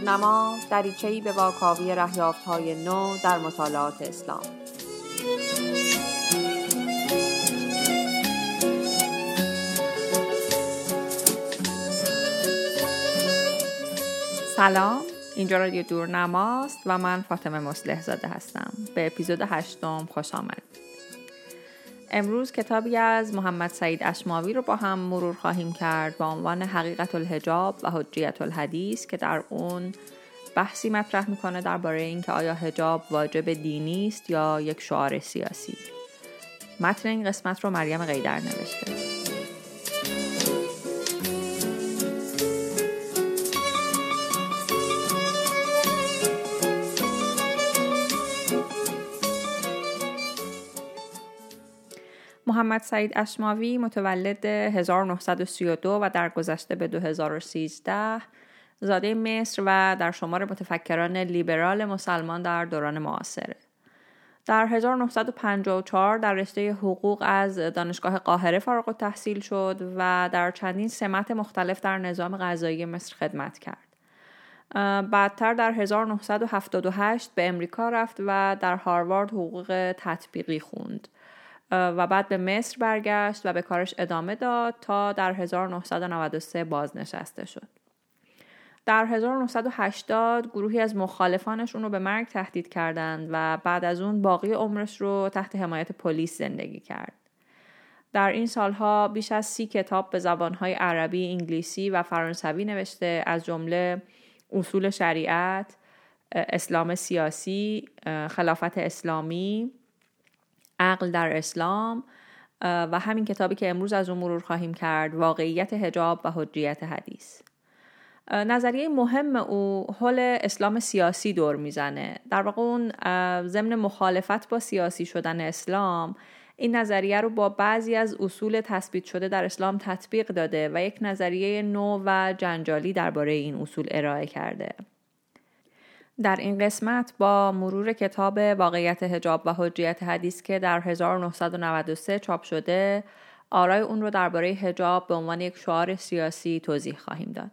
دورنما دریچه‌ای به واکاوی رهیافت‌های نو در مطالعات اسلام. سلام، اینجا رادیو دورنماست و من فاطمه مصلح زاده هستم. به اپیزود 8 خوش آمدید. امروز کتابی از محمد سعید اشماوی رو با هم مرور خواهیم کرد با عنوان حقیقت الحجاب و حجیت الحدیث که در اون بحثی مطرح میکنه درباره اینکه آیا حجاب واجب دینی است یا یک شعار سیاسی. متن این قسمت رو مریم قیدر نوشته. محمد سعید اشماوی متولد 1932 و در گذشته به 2013 زاده مصر و در شمار متفکران لیبرال مسلمان در دوران معاصره. در 1954 در رشته حقوق از دانشگاه قاهره فارغ التحصیل شد و در چندین سمت مختلف در نظام قضایی مصر خدمت کرد. بعدتر در 1978 به امریکا رفت و در هاروارد حقوق تطبیقی خوند و بعد به مصر برگشت و به کارش ادامه داد تا در 1993 بازنشسته شد. در 1980 گروهی از مخالفانش اون رو به مرگ تهدید کردند و بعد از اون باقی عمرش رو تحت حمایت پلیس زندگی کرد. در این سالها بیش از 30 کتاب به زبانهای عربی، انگلیسی و فرانسوی نوشته، از جمله اصول شریعت، اسلام سیاسی، خلافت اسلامی، عقل در اسلام و همین کتابی که امروز از اون مرور خواهیم کرد، واقعیت حجاب و حجیت حدیث. نظریه مهم او حول اسلام سیاسی دور میزنه. در واقع اون ضمن مخالفت با سیاسی شدن اسلام این نظریه رو با بعضی از اصول تثبیت شده در اسلام تطبیق داده و یک نظریه نو و جنجالی درباره این اصول ارائه کرده. در این قسمت با مرور کتاب واقعیت حجاب و حجیت حدیث که در 1993 چاپ شده، آرای اون رو درباره حجاب به عنوان یک شعار سیاسی توضیح خواهیم داد.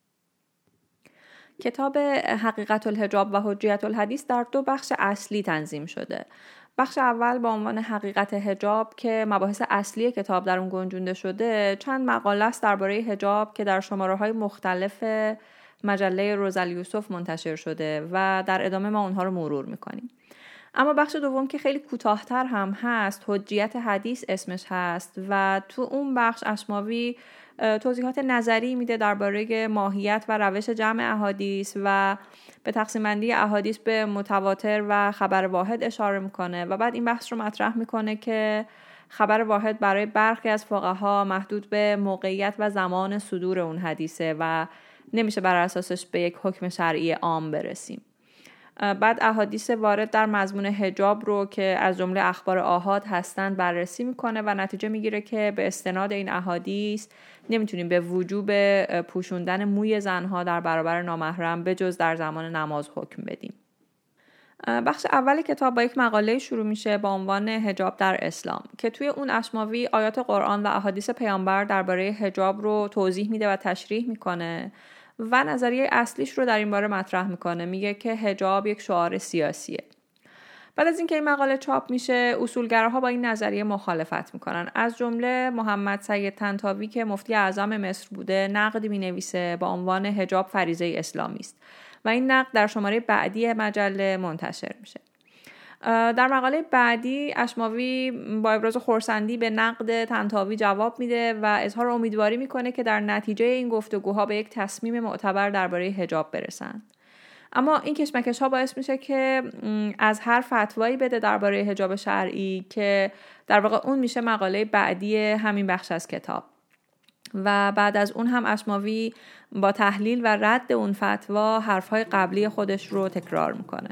کتاب حقیقت الحجاب و حجیت الحدیث در 2 بخش اصلی تنظیم شده. بخش اول با عنوان حقیقت حجاب که مباحث اصلی کتاب در اون گنجونده شده، چند مقاله است درباره حجاب که در شماره‌های مختلف مجله روزالیوسف منتشر شده و در ادامه ما اونها رو مرور میکنیم. اما بخش دوم که خیلی کوتاه‌تر هم هست، حجیت حدیث اسمش هست و تو اون بخش اشماوی توضیحات نظری میده درباره ماهیت و روش جمع احادیث و به تقسیم بندی احادیث به متواتر و خبر واحد اشاره میکنه و بعد این بحث رو مطرح میکنه که خبر واحد برای برخی از فقها محدود به موقعیت و زمان صدور اون حدیثه و نمیشه بر اساسش به یک حکم شرعی عام برسیم. بعد احادیث وارد در مضمون حجاب رو که از جمله اخبار آحاد هستند بررسی میکنه و نتیجه میگیره که به استناد این احادیث نمیتونیم به وجوب پوشوندن موی زنها در برابر نامحرم به جز در زمان نماز حکم بدیم. بخش اول کتاب با یک مقاله شروع میشه با عنوان حجاب در اسلام که توی اون اشماوی آیات قرآن و احادیث پیامبر درباره حجاب رو توضیح میده و تشریح میکنه و نظریه اصلیش رو در این باره مطرح میکنه. میگه که حجاب یک شعار سیاسیه. بعد از اینکه این مقاله چاپ میشه، اصولگراها با این نظریه مخالفت میکنن. از جمله محمد سید طنطاوی که مفتی اعظم مصر بوده نقدی مینویسه با عنوان حجاب فریضه اسلامی است و این نقد در شماره بعدی مجله منتشر میشه. در مقاله بعدی اشماوی با ابراز خرسندی به نقد طنطاوی جواب میده و اظهار امیدواری میکنه که در نتیجه این گفتگوها به یک تصمیم معتبر درباره حجاب برسن. اما این کشمکش ها باعث میشه که از هر فتوایی بده درباره حجاب شرعی که در واقع اون میشه مقاله بعدی همین بخش از کتاب. و بعد از اون هم اشماوی با تحلیل و رد اون فتوا حرفهای قبلی خودش رو تکرار میکنه.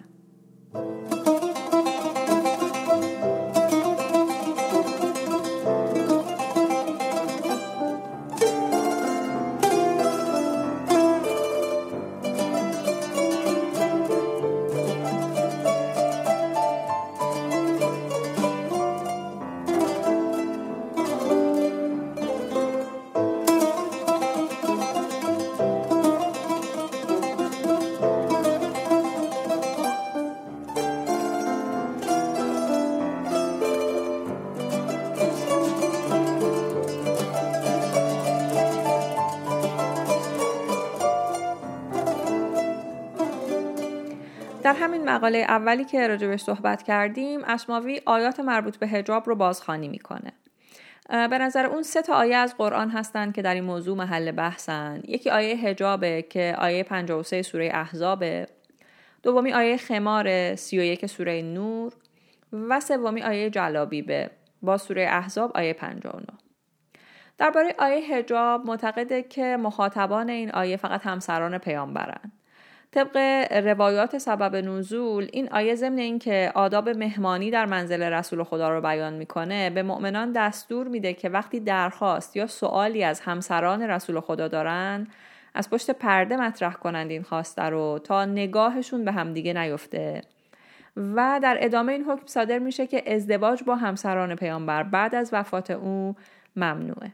در همین مقاله اولی که راجبش صحبت کردیم، اشماوی آیات مربوط به حجاب رو بازخوانی میکنه. به نظر اون 3 آیه از قرآن هستن که در این موضوع محل بحثن. یکی آیه حجابه که آیه 53 سوره احزابه، دومی آیه خمار 31 سوره نور و سومی آیه جلابیبه با سوره احزاب آیه 59. درباره آیه حجاب معتقده که مخاطبان این آیه فقط همسران پیامبرن. طبق روایات سبب نزول، این آیه ضمن این که آداب مهمانی در منزل رسول خدا رو بیان میکنه، به مؤمنان دستور میده که وقتی درخواست یا سوالی از همسران رسول خدا دارن، از پشت پرده مطرح کنند این خواسته رو تا نگاهشون به همدیگه نیفته. و در ادامه این حکم صادر میشه که ازدواج با همسران پیامبر بعد از وفات او ممنوعه.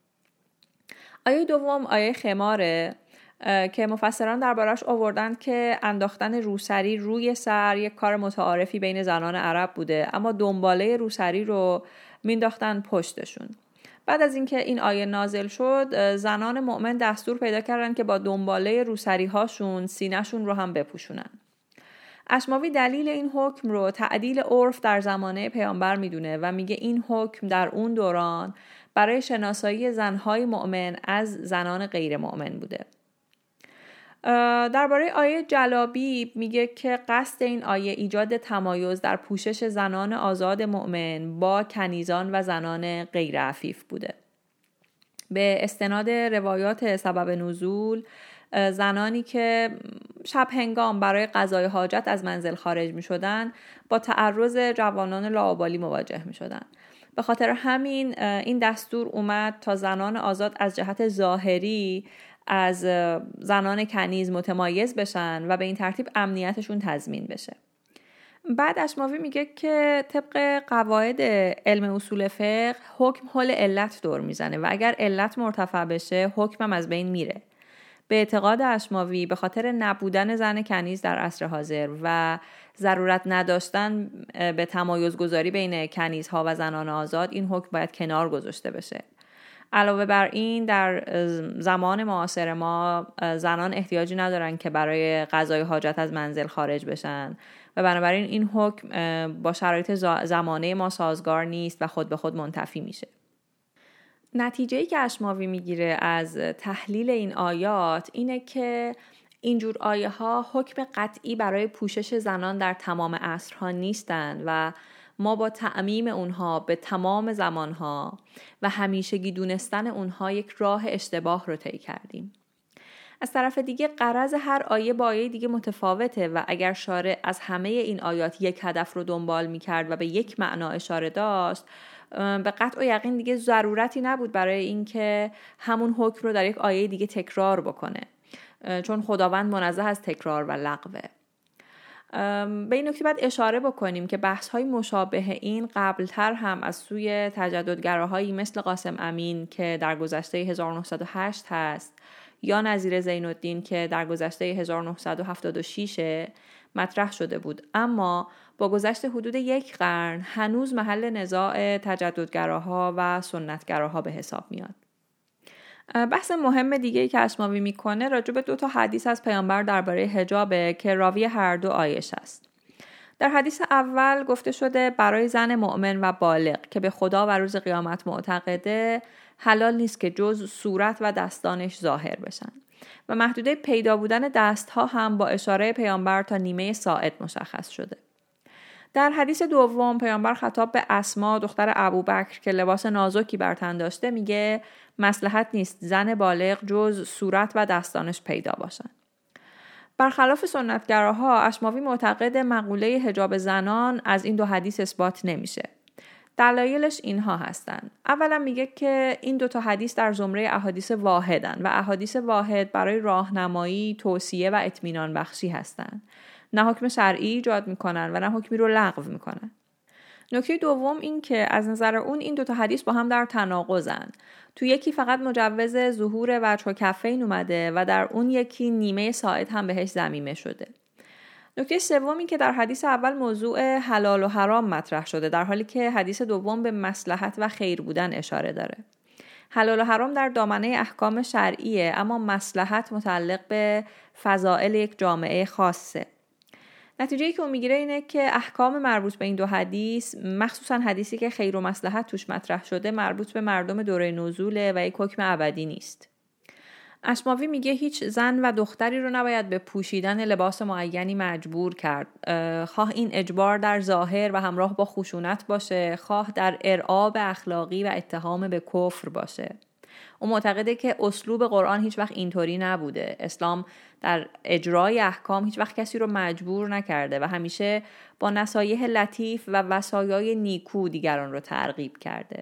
آیه دوم آیه خماره که مفسران دربارش آوردن که انداختن روسری روی سر یک کار متعارفی بین زنان عرب بوده، اما دنباله روسری رو مینداختن پشتشون. بعد از اینکه این آیه نازل شد، زنان مؤمن دستور پیدا کردن که با دنباله روسری هاشون سینه‌شون رو هم بپوشونن. اشماوی دلیل این حکم رو تعدیل عرف در زمانه پیامبر میدونه و میگه این حکم در اون دوران برای شناسایی زنهای مؤمن از زنان غیر مؤمن بوده. درباره آیه جلابیب میگه که قصد این آیه ایجاد تمایز در پوشش زنان آزاد مؤمن با کنیزان و زنان غیر عفیف بوده. به استناد روایات سبب نزول، زنانی که شب هنگام برای قضای حاجت از منزل خارج می شدن با تعرض جوانان لاابالی مواجه می شدن. به خاطر همین این دستور اومد تا زنان آزاد از جهت ظاهری از زنان کنیز متمایز بشن و به این ترتیب امنیتشون تضمین بشه. بعد اشماوی میگه که طبق قواعد علم اصول فقه حکم حول علت دور میزنه و اگر علت مرتفع بشه حکمم از بین میره. به اعتقاد اشماوی به خاطر نبودن زن کنیز در عصر حاضر و ضرورت نداشتن به تمایز گذاری بین کنیزها و زنان آزاد، این حکم باید کنار گذاشته بشه. علاوه بر این در زمان معاصر ما زنان احتیاجی ندارن که برای قضای حاجت از منزل خارج بشن و بنابراین این حکم با شرایط زمانه ما سازگار نیست و خود به خود منتفی میشه. نتیجه‌ای که اشماوی میگیره از تحلیل این آیات اینه که اینجور آیه ها حکم قطعی برای پوشش زنان در تمام عصرها نیستن و ما با تعمیم اونها به تمام زمانها و همیشگی دونستن اونها یک راه اشتباه رو طی کردیم. از طرف دیگه غرض هر آیه با آیه دیگه متفاوته و اگر شارع از همه این آیات یک هدف رو دنبال میکرد و به یک معنا اشاره داشت، به قطع و یقین دیگه ضرورتی نبود برای اینکه همون حکم رو در یک آیه دیگه تکرار بکنه، چون خداوند منزه از تکرار و لغوه. به این نکته باید اشاره بکنیم که بحث‌های مشابه این قبلتر هم از سوی تجددگراهایی مثل قاسم امین که در گذشته 1908 هست یا نظیر زین‌الدین که در گذشته 1976 مطرح شده بود، اما با گذشت حدود 1 قرن هنوز محل نزاع تجددگراها و سنتگراها به حساب میاد. بحث مهم دیگه‌ای که اشماوی میکنه راجع به 2 حدیث از پیامبر درباره حجابه که راوی هر دو آیش است. در حدیث اول گفته شده برای زن مؤمن و بالغ که به خدا و روز قیامت معتقده حلال نیست که جز صورت و دستانش ظاهر بشن و محدوده پیدا بودن دستها هم با اشاره پیامبر تا نیمه ساعد مشخص شده. در حدیث دوم پیامبر خطاب به اسما دختر ابوبکر که لباس نازکی بر تن داشته میگه مصلحت نیست زن بالغ جز صورت و دستانش پیدا باشن. برخلاف سنتگراها اشماوی معتقد مقوله حجاب زنان از این 2 حدیث اثبات نمیشه. دلایلش اینها هستن. اولا میگه که این 2 حدیث در زمره احادیث واحدن و احادیث واحد برای راهنمایی، توصیه و اطمینان بخشی هستن. نه حکم شرعی ایجاد میکنن و نه حکمی رو لغو میکنن. نکته دوم این که از نظر اون این 2 حدیث با هم در تناقضن. تو یکی فقط مجوز ظهور وجه و کفین اومده و در اون یکی نیمه ساعد هم بهش ضمیمه شده. نکته سوم این که در حدیث اول موضوع حلال و حرام مطرح شده در حالی که حدیث دوم به مصلحت و خیر بودن اشاره داره. حلال و حرام در دامنه احکام شرعیه اما مصلحت متعلق به فضائل یک جامعه خاصه. نتیجه‌ای که اون میگیره اینه که احکام مربوط به این دو حدیث، مخصوصا حدیثی که خیر و مصلحت توش مطرح شده، مربوط به مردم دوره نزوله و یک حکم ابدی نیست. اشماوی میگه هیچ زن و دختری رو نباید به پوشیدن لباس معینی مجبور کرد، خواه این اجبار در ظاهر و همراه با خشونت باشه، خواه در ارعاب اخلاقی و اتهام به کفر باشه. اون معتقده که اسلوب قرآن هیچ وقت اینطوری نبوده. اسلام در اجرای احکام هیچ وقت کسی رو مجبور نکرده و همیشه با نصایح لطیف و وصایای نیکو دیگران رو ترغیب کرده.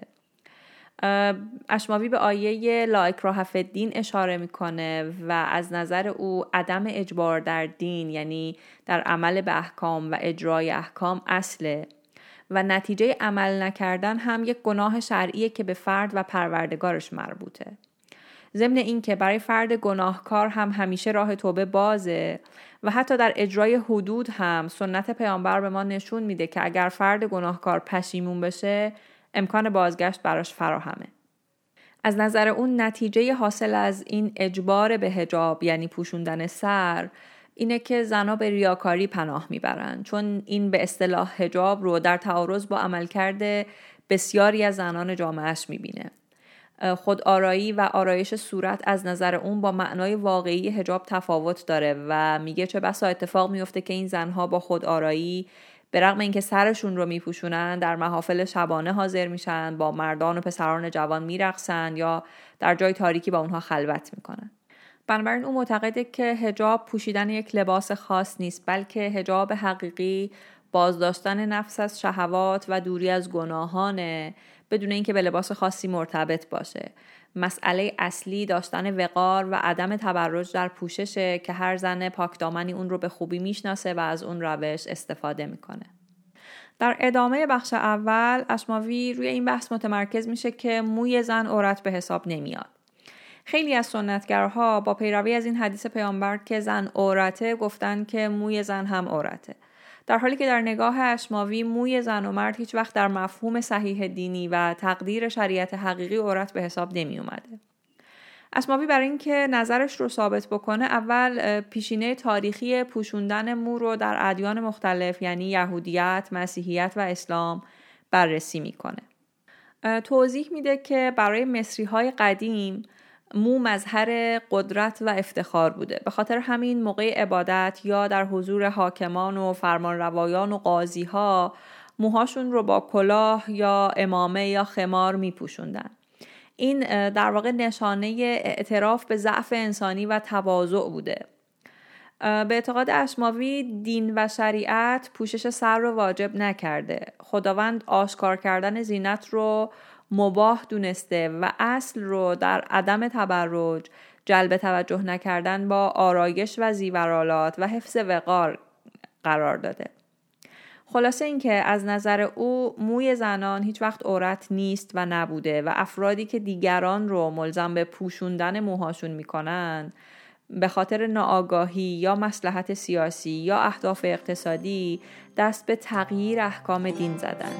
اشماوی به آیه لا اکراه فی الدین اشاره میکنه و از نظر او عدم اجبار در دین، یعنی در عمل به احکام و اجرای احکام، اصله و نتیجه عمل نکردن هم یک گناه شرعیه که به فرد و پروردگارش مربوطه. ضمن این که برای فرد گناهکار هم همیشه راه توبه بازه و حتی در اجرای حدود هم سنت پیامبر به ما نشون میده که اگر فرد گناهکار پشیمون بشه، امکان بازگشت براش فراهمه. از نظر اون نتیجه حاصل از این اجبار به حجاب، یعنی پوشوندن سر، اینه که زنها به ریاکاری پناه میبرن، چون این به اصطلاح حجاب رو در تعارض با عملکرد بسیاری از زنان جامعهش میبینه. خود آرایی و آرایش صورت از نظر اون با معنای واقعی حجاب تفاوت داره و میگه چه بسا اتفاق میفته که این زنها با خود آرایی به رغم اینکه سرشون رو میپوشونن در محافل شبانه حاضر میشن، با مردان و پسران جوان میرقصن یا در جای تاریکی با اونها خلوت میکنن. بنابراین اون معتقده که حجاب پوشیدن یک لباس خاص نیست، بلکه حجاب حقیقی بازداشتن نفس از شهوات و دوری از گناهانه، بدون اینکه به لباس خاصی مرتبط باشه. مسئله اصلی داشتن وقار و عدم تبرج در پوششه که هر زن پاکدامنی اون رو به خوبی میشناسه و از اون روش استفاده میکنه. در ادامه بخش اول اشماوی روی این بحث متمرکز میشه که موی زن عورت به حساب نمیاد. خیلی از سنتگرها با پیروی از این حدیث پیامبر که زن عورته گفتن که موی زن هم عورته، در حالی که در نگاه اشماوی موی زن و مرد هیچ وقت در مفهوم صحیح دینی و تقدیر شریعت حقیقی عورت به حساب نمی اومده. اشماوی برای این که نظرش رو ثابت بکنه اول پیشینه تاریخی پوشوندن مو رو در ادیان مختلف، یعنی یهودیت، مسیحیت و اسلام بررسی میکنه. توضیح میده که برای مصری‌های قدیم مو مظهر قدرت و افتخار بوده. به خاطر همین موقع عبادت یا در حضور حاکمان و فرمانروایان و قاضی‌ها موهاشون رو با کلاه یا عمامه یا خمار میپوشوندن. این در واقع نشانه اعتراف به ضعف انسانی و تواضع بوده. به اعتقاد اشماوی دین و شریعت پوشش سر رو واجب نکرده. خداوند آشکار کردن زینت رو مباح دونسته و اصل رو در عدم تبرج، جلب توجه نکردن با آرایش و زیورآلات و حفظ وقار قرار داده. خلاصه این که از نظر او موی زنان هیچ وقت عورت نیست و نبوده و افرادی که دیگران رو ملزم به پوشوندن موهاشون میکنن به خاطر ناآگاهی یا مصلحت سیاسی یا اهداف اقتصادی دست به تغییر احکام دین زدن.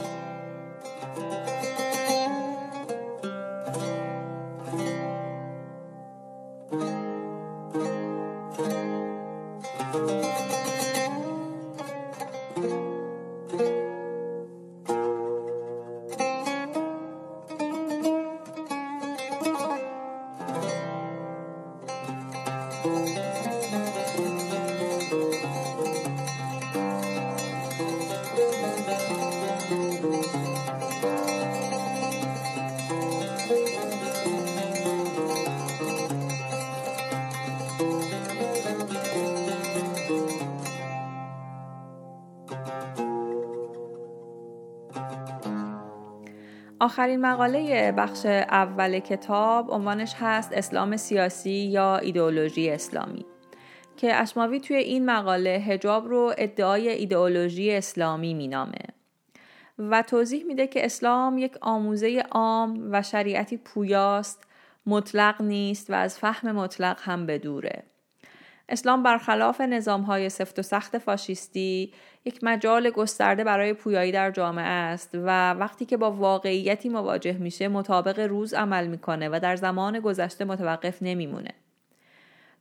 آخرین مقاله بخش اول کتاب عنوانش هست اسلام سیاسی یا ایدئولوژی اسلامی، که اشماوی توی این مقاله حجاب رو ادعای ایدئولوژی اسلامی مینامه و توضیح میده که اسلام یک آموزه عام و شریعتی پویاست، مطلق نیست و از فهم مطلق هم بدوره. اسلام برخلاف نظام‌های سفت و سخت فاشیستی یک مجال گسترده برای پویایی در جامعه است و وقتی که با واقعیتی مواجه میشه مطابق روز عمل میکنه و در زمان گذشته متوقف نمیمونه.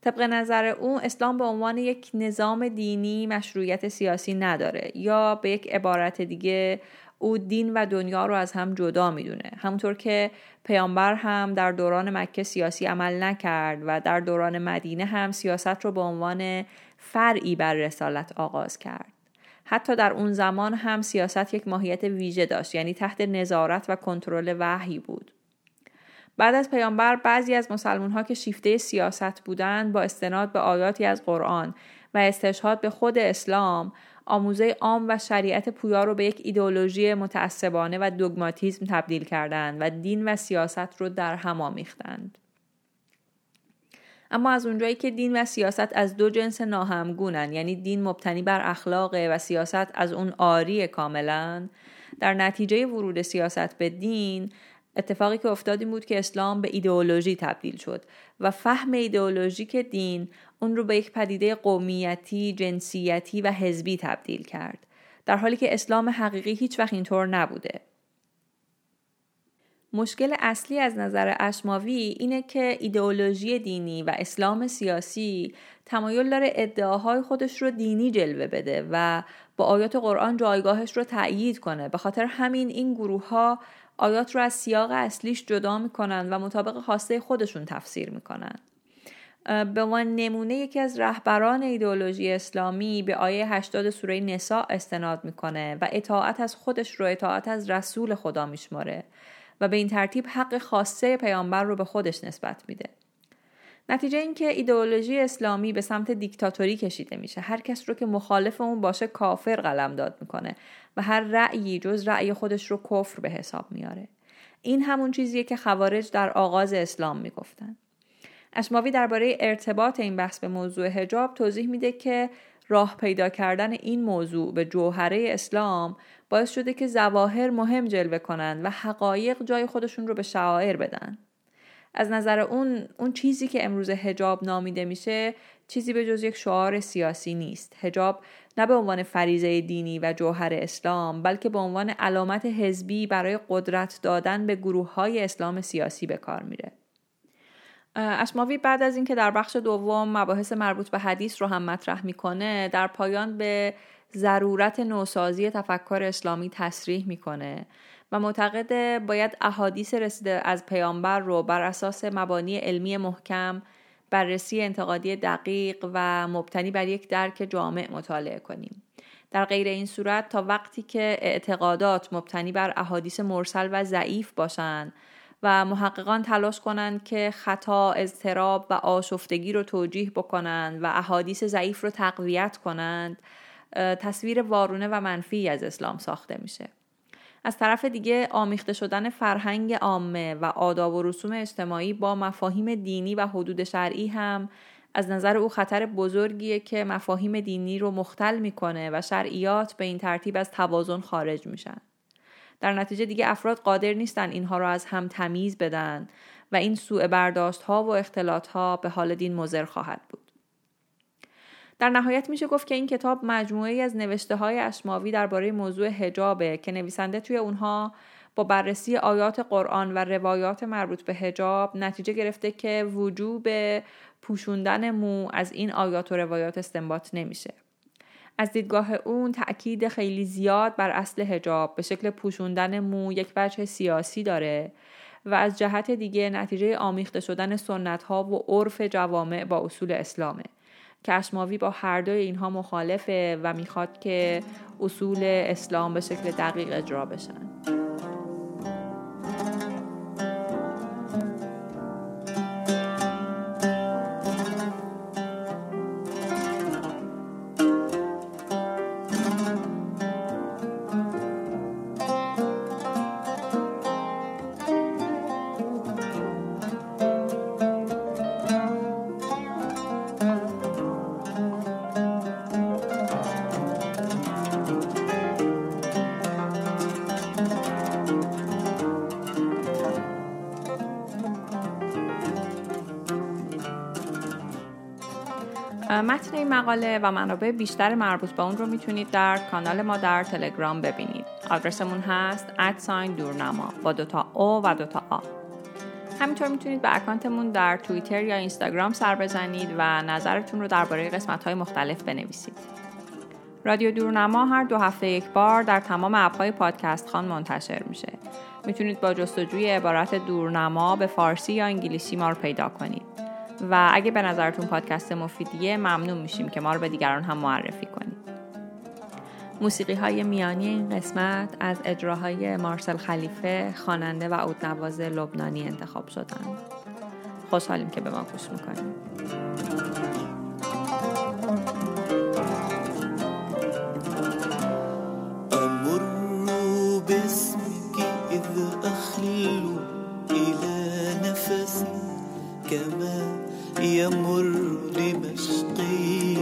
طبق نظر او اسلام به عنوان یک نظام دینی مشروعیت سیاسی نداره، یا به یک عبارت دیگه او دین و دنیا رو از هم جدا میدونه. همونطور که پیامبر هم در دوران مکه سیاسی عمل نکرد و در دوران مدینه هم سیاست رو به عنوان فرعی بر رسالت آغاز کرد. حتی در اون زمان هم سیاست یک ماهیت ویژه داشت، یعنی تحت نظارت و کنترل وحی بود. بعد از پیامبر بعضی از مسلمان‌ها که شیفته سیاست بودند با استناد به آیاتی از قرآن و استشهاد به خود اسلام آموزه عام و شریعت پویا رو به یک ایدئولوژی متعصبانه و دوگماتیسم تبدیل کردند و دین و سیاست رو در هم آمیختند. اما از اونجایی که دین و سیاست از دو جنس ناهمگونن، یعنی دین مبتنی بر اخلاقه و سیاست از اون عاری کاملا، در نتیجه ورود سیاست به دین اتفاقی که افتاد این بود که اسلام به ایدئولوژی تبدیل شد و فهم ایدئولوژیک دین اون رو به یک پدیده قومیتی، جنسیتی و حزبی تبدیل کرد، در حالی که اسلام حقیقی هیچ وقت اینطور نبوده. مشکل اصلی از نظر اشماوی اینه که ایدئولوژی دینی و اسلام سیاسی تمایل داره ادعاهای خودش رو دینی جلوه بده و با آیات قرآن جایگاهش رو تأیید کنه. به خاطر همین این گروه‌ها آیات رو از سیاق اصلیش جدا میکنن و مطابق خواسته خودشون تفسیر میکنن. به عنوان نمونه یکی از رهبران ایدئولوژی اسلامی به آیه 80 سوره نساء استناد میکنه و اطاعت از خودش رو اطاعت از رسول خدا میشماره و به این ترتیب حق خاصه پیامبر رو به خودش نسبت میده. نتیجه این که ایدئولوژی اسلامی به سمت دیکتاتوری کشیده میشه. هر کس رو که مخالف اون باشه کافر قلمداد میکنه و هر رأیی جز رأی خودش رو کفر به حساب میاره. این همون چیزیه که خوارج در آغاز اسلام میگفتن. اشماوی درباره ارتباط این بحث به موضوع حجاب توضیح میده که راه پیدا کردن این موضوع به جوهره اسلام باعث شده که ظواهر مهم جلوه کنن و حقایق جای خودشون رو به شعائر بدن. از نظر اون چیزی که امروز حجاب نامیده میشه چیزی به جز یک شعار سیاسی نیست. حجاب نه به عنوان فریضه دینی و جوهر اسلام، بلکه به عنوان علامت حزبی برای قدرت دادن به گروه‌های اسلام سیاسی به کار میره. اشماوی بعد از اینکه در بخش دوم مباحث مربوط به حدیث رو هم مطرح میکنه، در پایان به ضرورت نوسازی تفکر اسلامی تصریح میکنه و معتقد باید احادیث رسیده از پیامبر رو بر اساس مبانی علمی محکم، بررسی انتقادی دقیق و مبتنی بر یک درک جامع مطالعه کنیم. در غیر این صورت تا وقتی که اعتقادات مبتنی بر احادیث مرسل و ضعیف باشن و محققان تلاش کنند که خطا، اضطراب و آشفتگی رو توجیه بکنند و احادیث ضعیف رو تقویت کنند، تصویر وارونه و منفی از اسلام ساخته میشه. از طرف دیگه آمیخته شدن فرهنگ عامه و آداب و رسوم اجتماعی با مفاهیم دینی و حدود شرعی هم از نظر او خطر بزرگیه که مفاهیم دینی رو مختل میکنه و شرعیات به این ترتیب از توازن خارج میشن. در نتیجه دیگه افراد قادر نیستن اینها رو از هم تمیز بدن و این سوء برداشت ها و اختلاط ها به حال دین مضر خواهد بود. در نهایت میشه گفت که این کتاب مجموعه‌ای از نوشته‌های اشماوی درباره موضوع حجابه که نویسنده توی اونها با بررسی آیات قرآن و روایات مربوط به حجاب نتیجه گرفته که وجوب پوشوندن مو از این آیات و روایات استنباط نمیشه. از دیدگاه اون تأکید خیلی زیاد بر اصل حجاب به شکل پوشوندن مو یک وجه سیاسی داره و از جهت دیگه نتیجه آمیخته شدن سنت‌ها و عرف جوامع با اصول اسلامه که اشماوی با هر دوی اینها مخالفه و میخواد که اصول اسلام به شکل دقیق اجرا بشن. متن این مقاله و منابع بیشتر مربوط به اون رو میتونید در کانال ما در تلگرام ببینید. آدرسمون هست @دورنما با 2 تا O و 2 تا آ. همینطور میتونید به اکانتمون در توییتر یا اینستاگرام سر بزنید و نظرتون رو درباره قسمت‌های مختلف بنویسید. رادیو دورنما هر 2 هفته یک بار در تمام اپ‌های پادکست خان منتشر میشه. میتونید با جستجوی عبارت دورنما به فارسی یا انگلیسی ما رو پیدا کنید. و اگه به نظرتون پادکست مفیدیه ممنون میشیم که ما رو به دیگران هم معرفی کنید. موسیقی‌های میانی این قسمت از اجراهای مارسل خلیفه، خواننده و عودنواز لبنانی انتخاب شدند. خوشحالیم که به ما گوش میکنید. يمر دمشقي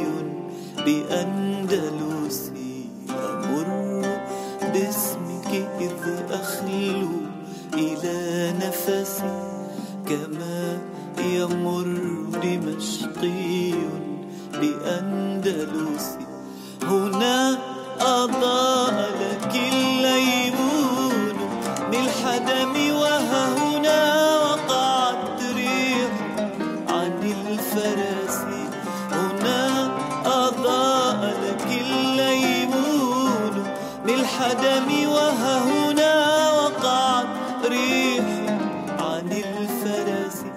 بأندلسي أمر باسمك إذ أخلو إلى نفسي كما يمر دمشقي بأندلسي هنا أضاء لك الليمون من الحدم وها هنا وقعت ريح عن الفراسي هنا أضاء لك الليمون من الحدم وها هنا وقعت ريح عن الفراسي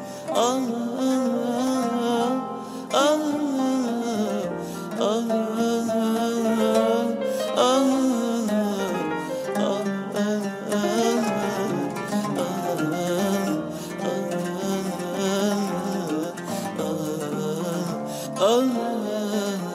Allah